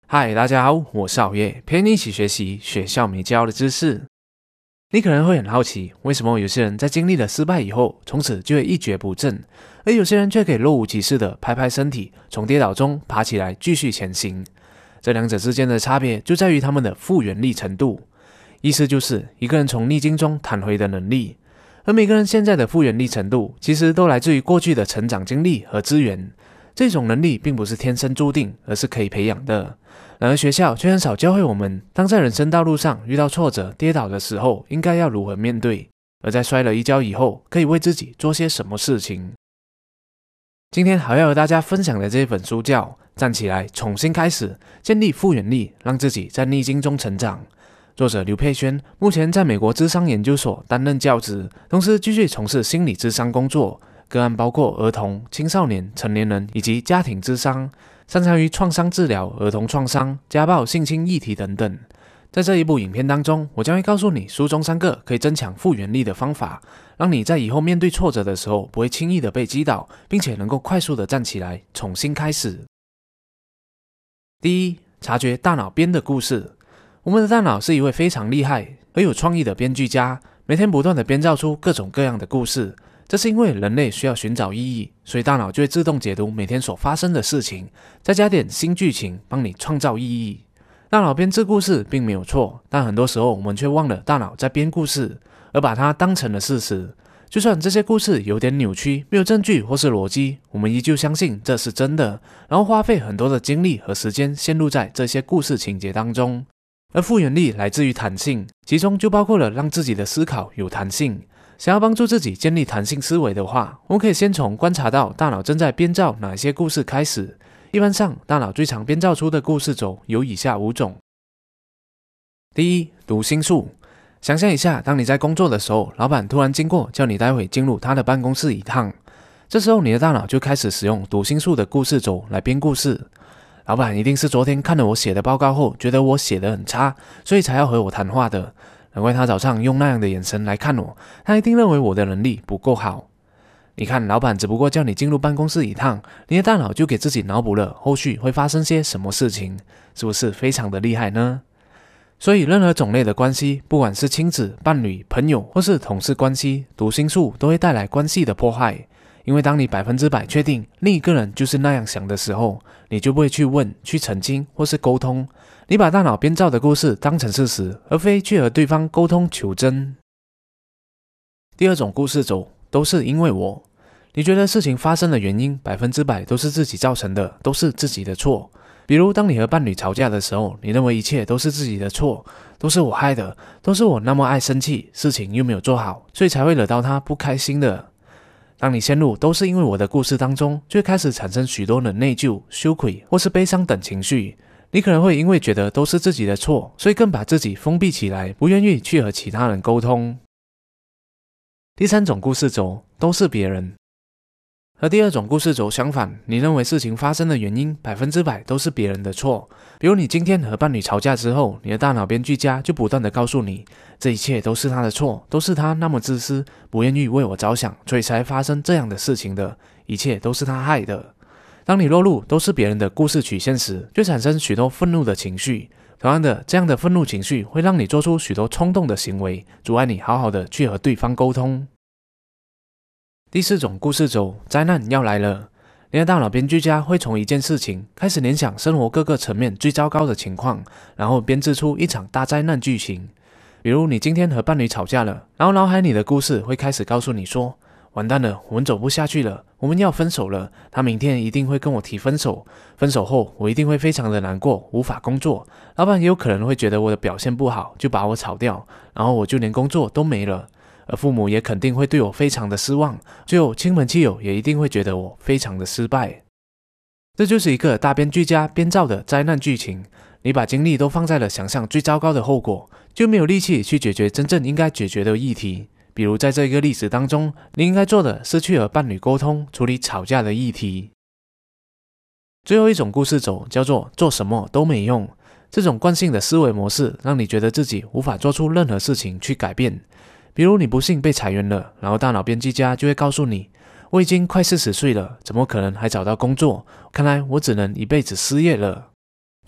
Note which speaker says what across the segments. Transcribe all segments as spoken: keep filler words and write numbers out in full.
Speaker 1: 嗨，大家好，我是熬夜，陪你一起学习学校没教的知识。你可能会很好奇，为什么有些人在经历了失败以后，从此就会一蹶不振，而有些人却可以若无其事的拍拍身体，从跌倒中爬起来继续前行。这两者之间的差别就在于他们的复原力程度，意思就是一个人从逆境中弹回的能力。而每个人现在的复原力程度，其实都来自于过去的成长经历和资源。这种能力并不是天生注定，而是可以培养的。然而学校却很少教会我们，当在人生道路上遇到挫折、跌倒的时候，应该要如何面对，而在摔了一跤以后，可以为自己做些什么事情。今天还要和大家分享的这本书叫《站起来，重新开始，建立复原力，让自己在逆境中成长》。作者刘佩轩目前在美国諮商研究所担任教职，同时继续从事心理諮商工作，个案包括儿童、青少年、成年人以及家庭諮商，擅长于创伤治疗、儿童创伤、家暴、性侵议题等等。在这一部影片当中，我将会告诉你书中三个可以增强复原力的方法，让你在以后面对挫折的时候不会轻易的被击倒，并且能够快速的站起来，重新开始。第一，察觉大脑编的故事。我们的大脑是一位非常厉害而有创意的编剧家，每天不断的编造出各种各样的故事。这是因为人类需要寻找意义，所以大脑就会自动解读每天所发生的事情，再加点新剧情，帮你创造意义。大脑编制故事并没有错，但很多时候我们却忘了大脑在编故事，而把它当成了事实。就算这些故事有点扭曲，没有证据或是逻辑，我们依旧相信这是真的，然后花费很多的精力和时间陷入在这些故事情节当中。而复原力来自于弹性，其中就包括了让自己的思考有弹性。想要帮助自己建立弹性思维的话，我们可以先从观察到大脑正在编造哪些故事开始。一般上，大脑最常编造出的故事轴有以下五种。第一，读心术。想象一下，当你在工作的时候，老板突然经过，叫你待会进入他的办公室一趟。这时候你的大脑就开始使用读心术的故事轴来编故事。老板一定是昨天看了我写的报告后，觉得我写得很差，所以才要和我谈话的。难怪他早上用那样的眼神来看我，他一定认为我的能力不够好。你看，老板只不过叫你进入办公室一趟，你的大脑就给自己脑补了后续会发生些什么事情，是不是非常的厉害呢？所以任何种类的关系，不管是亲子、伴侣、朋友或是同事关系，读心术都会带来关系的破坏。因为当你百分之百确定另一个人就是那样想的时候，你就不会去问、去澄清或是沟通。你把大脑编造的故事当成事实，而非去和对方沟通求真。第二种故事轴，都是因为我。你觉得事情发生的原因百分之百都是自己造成的，都是自己的错。比如当你和伴侣吵架的时候，你认为一切都是自己的错，都是我害的，都是我那么爱生气，事情又没有做好，所以才会惹到他不开心的。当你陷入都是因为我的故事当中，就会开始产生许多的内疚、羞愧或是悲伤等情绪。你可能会因为觉得都是自己的错，所以更把自己封闭起来，不愿意去和其他人沟通。第三种故事轴，都是别人。和第二种故事轴相反，你认为事情发生的原因百分之百都是别人的错。比如你今天和伴侣吵架之后，你的大脑编剧家就不断的告诉你，这一切都是他的错，都是他那么自私，不愿意为我着想，所以才发生这样的事情的，一切都是他害的。当你落入都是别人的故事曲线时，就产生许多愤怒的情绪。同样的，这样的愤怒情绪会让你做出许多冲动的行为，阻碍你好好的去和对方沟通。第四种故事轴，灾难要来了。你的大脑编剧家会从一件事情开始联想生活各个层面最糟糕的情况，然后编织出一场大灾难剧情。比如你今天和伴侣吵架了，然后脑海里的故事会开始告诉你说，完蛋了，我们走不下去了，我们要分手了，他明天一定会跟我提分手，分手后我一定会非常的难过，无法工作，老板也有可能会觉得我的表现不好，就把我炒掉，然后我就连工作都没了。而父母也肯定会对我非常的失望，最后亲朋戚友也一定会觉得我非常的失败。这就是一个大编剧家编造的灾难剧情，你把精力都放在了想象最糟糕的后果，就没有力气去解决真正应该解决的议题。比如在这个例子当中，你应该做的是去和伴侣沟通，处理吵架的议题。最后一种故事轴叫做做什么都没用。这种惯性的思维模式让你觉得自己无法做出任何事情去改变。比如你不幸被裁员了，然后大脑编辑家就会告诉你，我已经快四十岁了，怎么可能还找到工作？看来我只能一辈子失业了。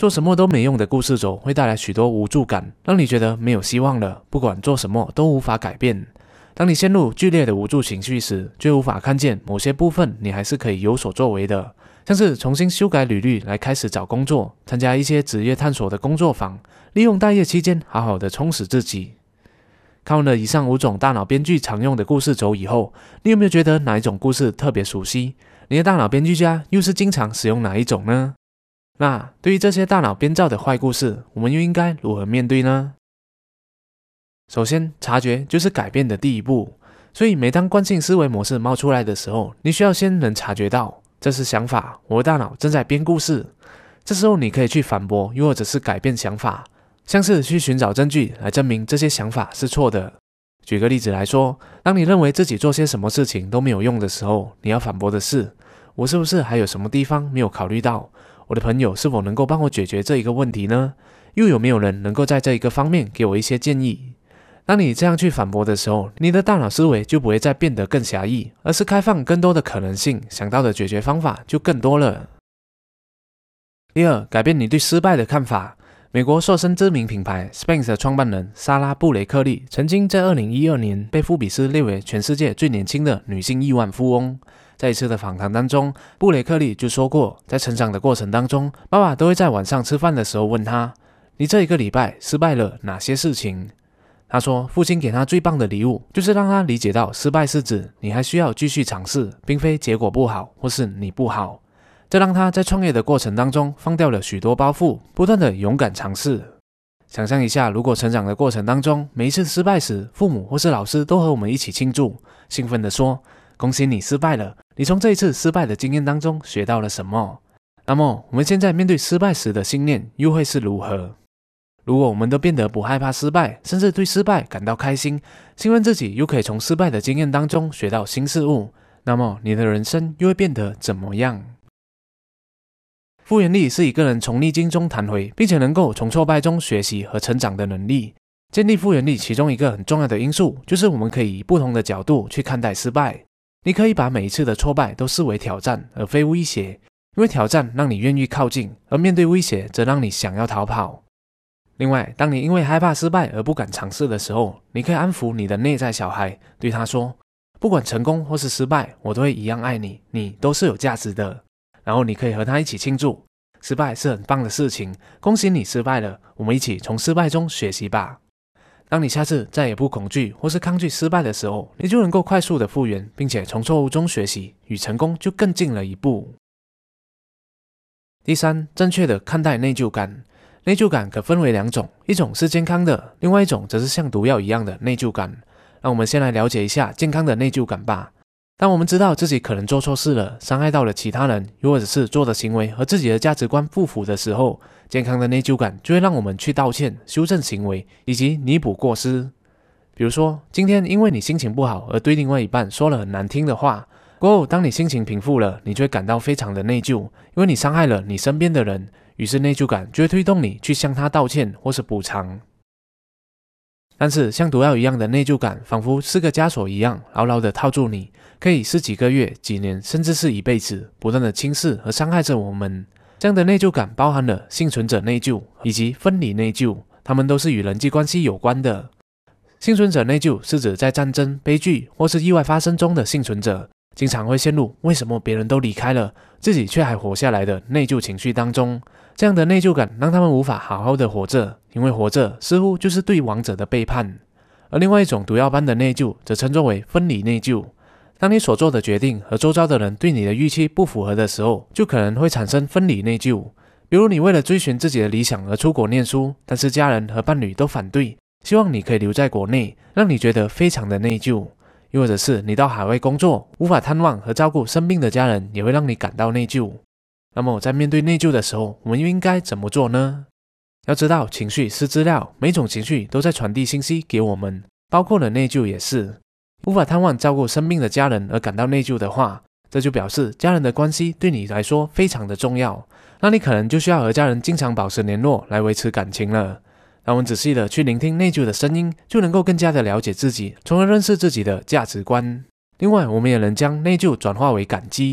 Speaker 1: 做什么都没用的故事轴会带来许多无助感，让你觉得没有希望了，不管做什么都无法改变。当你陷入剧烈的无助情绪时，就无法看见某些部分你还是可以有所作为的，像是重新修改履历来开始找工作，参加一些职业探索的工作坊，利用待业期间好好的充实自己。看完了以上五种大脑编剧常用的故事轴以后，你有没有觉得哪一种故事特别熟悉？你的大脑编剧家又是经常使用哪一种呢？那对于这些大脑编造的坏故事，我们又应该如何面对呢？首先，察觉就是改变的第一步。所以每当惯性思维模式冒出来的时候，你需要先能察觉到这是想法，我的大脑正在编故事。这时候你可以去反驳，又或者是改变想法，像是去寻找证据来证明这些想法是错的。举个例子来说，当你认为自己做些什么事情都没有用的时候，你要反驳的是，我是不是还有什么地方没有考虑到？我的朋友是否能够帮我解决这一个问题呢？又有没有人能够在这一个方面给我一些建议？当你这样去反驳的时候，你的大脑思维就不会再变得更狭义，而是开放更多的可能性，想到的解决方法就更多了。第二，改变你对失败的看法。美国瘦身知名品牌 Spanx 的创办人莎拉·布雷克利曾经在二零一二年被富比斯列为全世界最年轻的女性亿万富翁。在一次的访谈当中，布雷克利就说过，在成长的过程当中，爸爸都会在晚上吃饭的时候问他，你这一个礼拜失败了哪些事情？他说，父亲给他最棒的礼物，就是让他理解到失败是指你还需要继续尝试，并非结果不好或是你不好。这让他在创业的过程当中放掉了许多包袱，不断的勇敢尝试。想象一下，如果成长的过程当中，每一次失败时，父母或是老师都和我们一起庆祝，兴奋地说，恭喜你失败了，你从这一次失败的经验当中学到了什么？那么我们现在面对失败时的信念又会是如何？如果我们都变得不害怕失败，甚至对失败感到开心，信任自己又可以从失败的经验当中学到新事物，那么你的人生又会变得怎么样？复原力是一个人从逆境中弹回，并且能够从挫败中学习和成长的能力。建立复原力其中一个很重要的因素，就是我们可以以不同的角度去看待失败。你可以把每一次的挫败都视为挑战，而非威胁，因为挑战让你愿意靠近，而面对威胁则让你想要逃跑。另外，当你因为害怕失败而不敢尝试的时候，你可以安抚你的内在小孩，对他说，不管成功或是失败，我都会一样爱你，你都是有价值的。然后你可以和他一起庆祝，失败是很棒的事情，恭喜你失败了，我们一起从失败中学习吧。当你下次再也不恐惧或是抗拒失败的时候，你就能够快速的复原，并且从错误中学习，与成功就更近了一步。第三，正确的看待内疚感。内疚感可分为两种，一种是健康的，另外一种则是像毒药一样的内疚感。让我们先来了解一下健康的内疚感吧。当我们知道自己可能做错事了，伤害到了其他人，又或者是做的行为和自己的价值观不符的时候，健康的内疚感就会让我们去道歉、修正行为以及弥补过失。比如说，今天因为你心情不好而对另外一半说了很难听的话，过后当你心情平复了，你就会感到非常的内疚，因为你伤害了你身边的人，于是内疚感就会推动你去向他道歉或是补偿。但是像毒药一样的内疚感，仿佛是个枷锁一样，牢牢的套住你，可以是几个月、几年，甚至是一辈子，不断的轻视和伤害着我们。这样的内疚感包含了幸存者内疚以及分离内疚，它们都是与人际关系有关的。幸存者内疚是指在战争、悲剧或是意外发生中的幸存者，经常会陷入为什么别人都离开了，自己却还活下来的内疚情绪当中。这样的内疚感让他们无法好好的活着，因为活着似乎就是对亡者的背叛。而另外一种毒药般的内疚则称作为分离内疚。当你所做的决定和周遭的人对你的预期不符合的时候，就可能会产生分离内疚。比如你为了追寻自己的理想而出国念书，但是家人和伴侣都反对，希望你可以留在国内，让你觉得非常的内疚。又或者是你到海外工作，无法探望和照顾生病的家人，也会让你感到内疚。那么在面对内疚的时候，我们又应该怎么做呢？要知道，情绪是资料，每种情绪都在传递信息给我们，包括了内疚也是。无法探望照顾生病的家人而感到内疚的话，这就表示家人的关系对你来说非常的重要，那你可能就需要和家人经常保持联络来维持感情了。当我们仔细的去聆听内疚的声音，就能够更加的了解自己，从而认识自己的价值观。另外，我们也能将内疚转化为感激。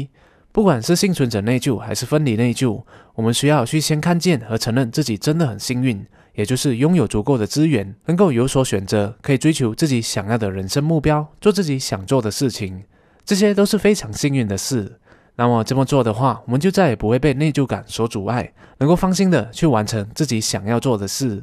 Speaker 1: 不管是幸存者内疚还是分离内疚，我们需要去先看见和承认自己真的很幸运，也就是拥有足够的资源，能够有所选择，可以追求自己想要的人生目标，做自己想做的事情，这些都是非常幸运的事。那么这么做的话，我们就再也不会被内疚感所阻碍，能够放心的去完成自己想要做的事。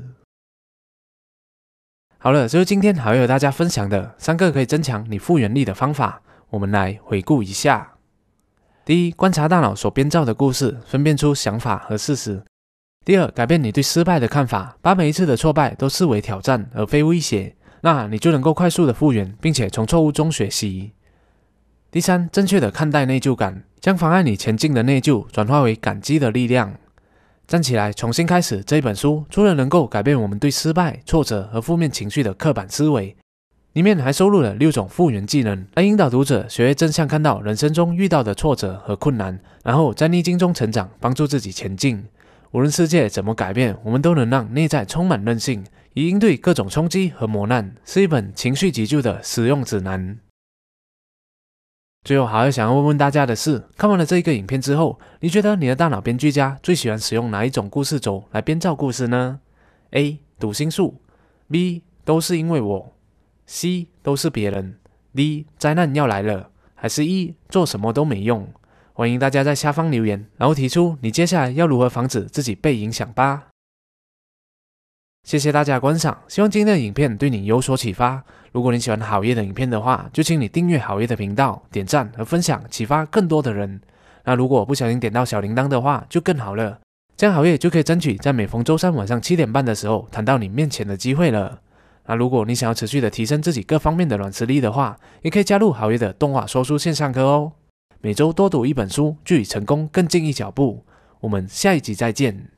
Speaker 1: 好了，这就是今天好友和大家分享的三个可以增强你复原力的方法，我们来回顾一下。第一，观察大脑所编造的故事，分辨出想法和事实。第二，改变你对失败的看法，把每一次的挫败都视为挑战而非威胁，那你就能够快速的复原，并且从错误中学习。第三，正确的看待内疚感，将妨碍你前进的内疚转化为感激的力量。站起来，重新开始这一本书，除了能够改变我们对失败、挫折和负面情绪的刻板思维，里面还收录了六种复原技能，来引导读者学会正向看到人生中遇到的挫折和困难，然后在逆境中成长，帮助自己前进。无论世界怎么改变，我们都能让内在充满韧性，以应对各种冲击和磨难，是一本情绪急救的实用指南。最后，好友想要问问大家的是，看完了这一个影片之后，你觉得你的大脑编剧家最喜欢使用哪一种故事轴来编造故事呢？ A. 读心术 B. 都是因为我 C. 都是别人 D. 灾难要来了，还是 E. 做什么都没用？欢迎大家在下方留言，然后提出你接下来要如何防止自己被影响吧。谢谢大家的观赏，希望今天的影片对你有所启发。如果你喜欢好业的影片的话，就请你订阅好业的频道，点赞和分享，启发更多的人。那如果不小心点到小铃铛的话，就更好了，这样好业就可以争取在每逢周三晚上七点半的时候弹到你面前的机会了。那如果你想要持续的提升自己各方面的软实力的话，也可以加入好业的动画说书线上课哦。每周多读一本书，距离成功更近一脚步。我们下一集再见。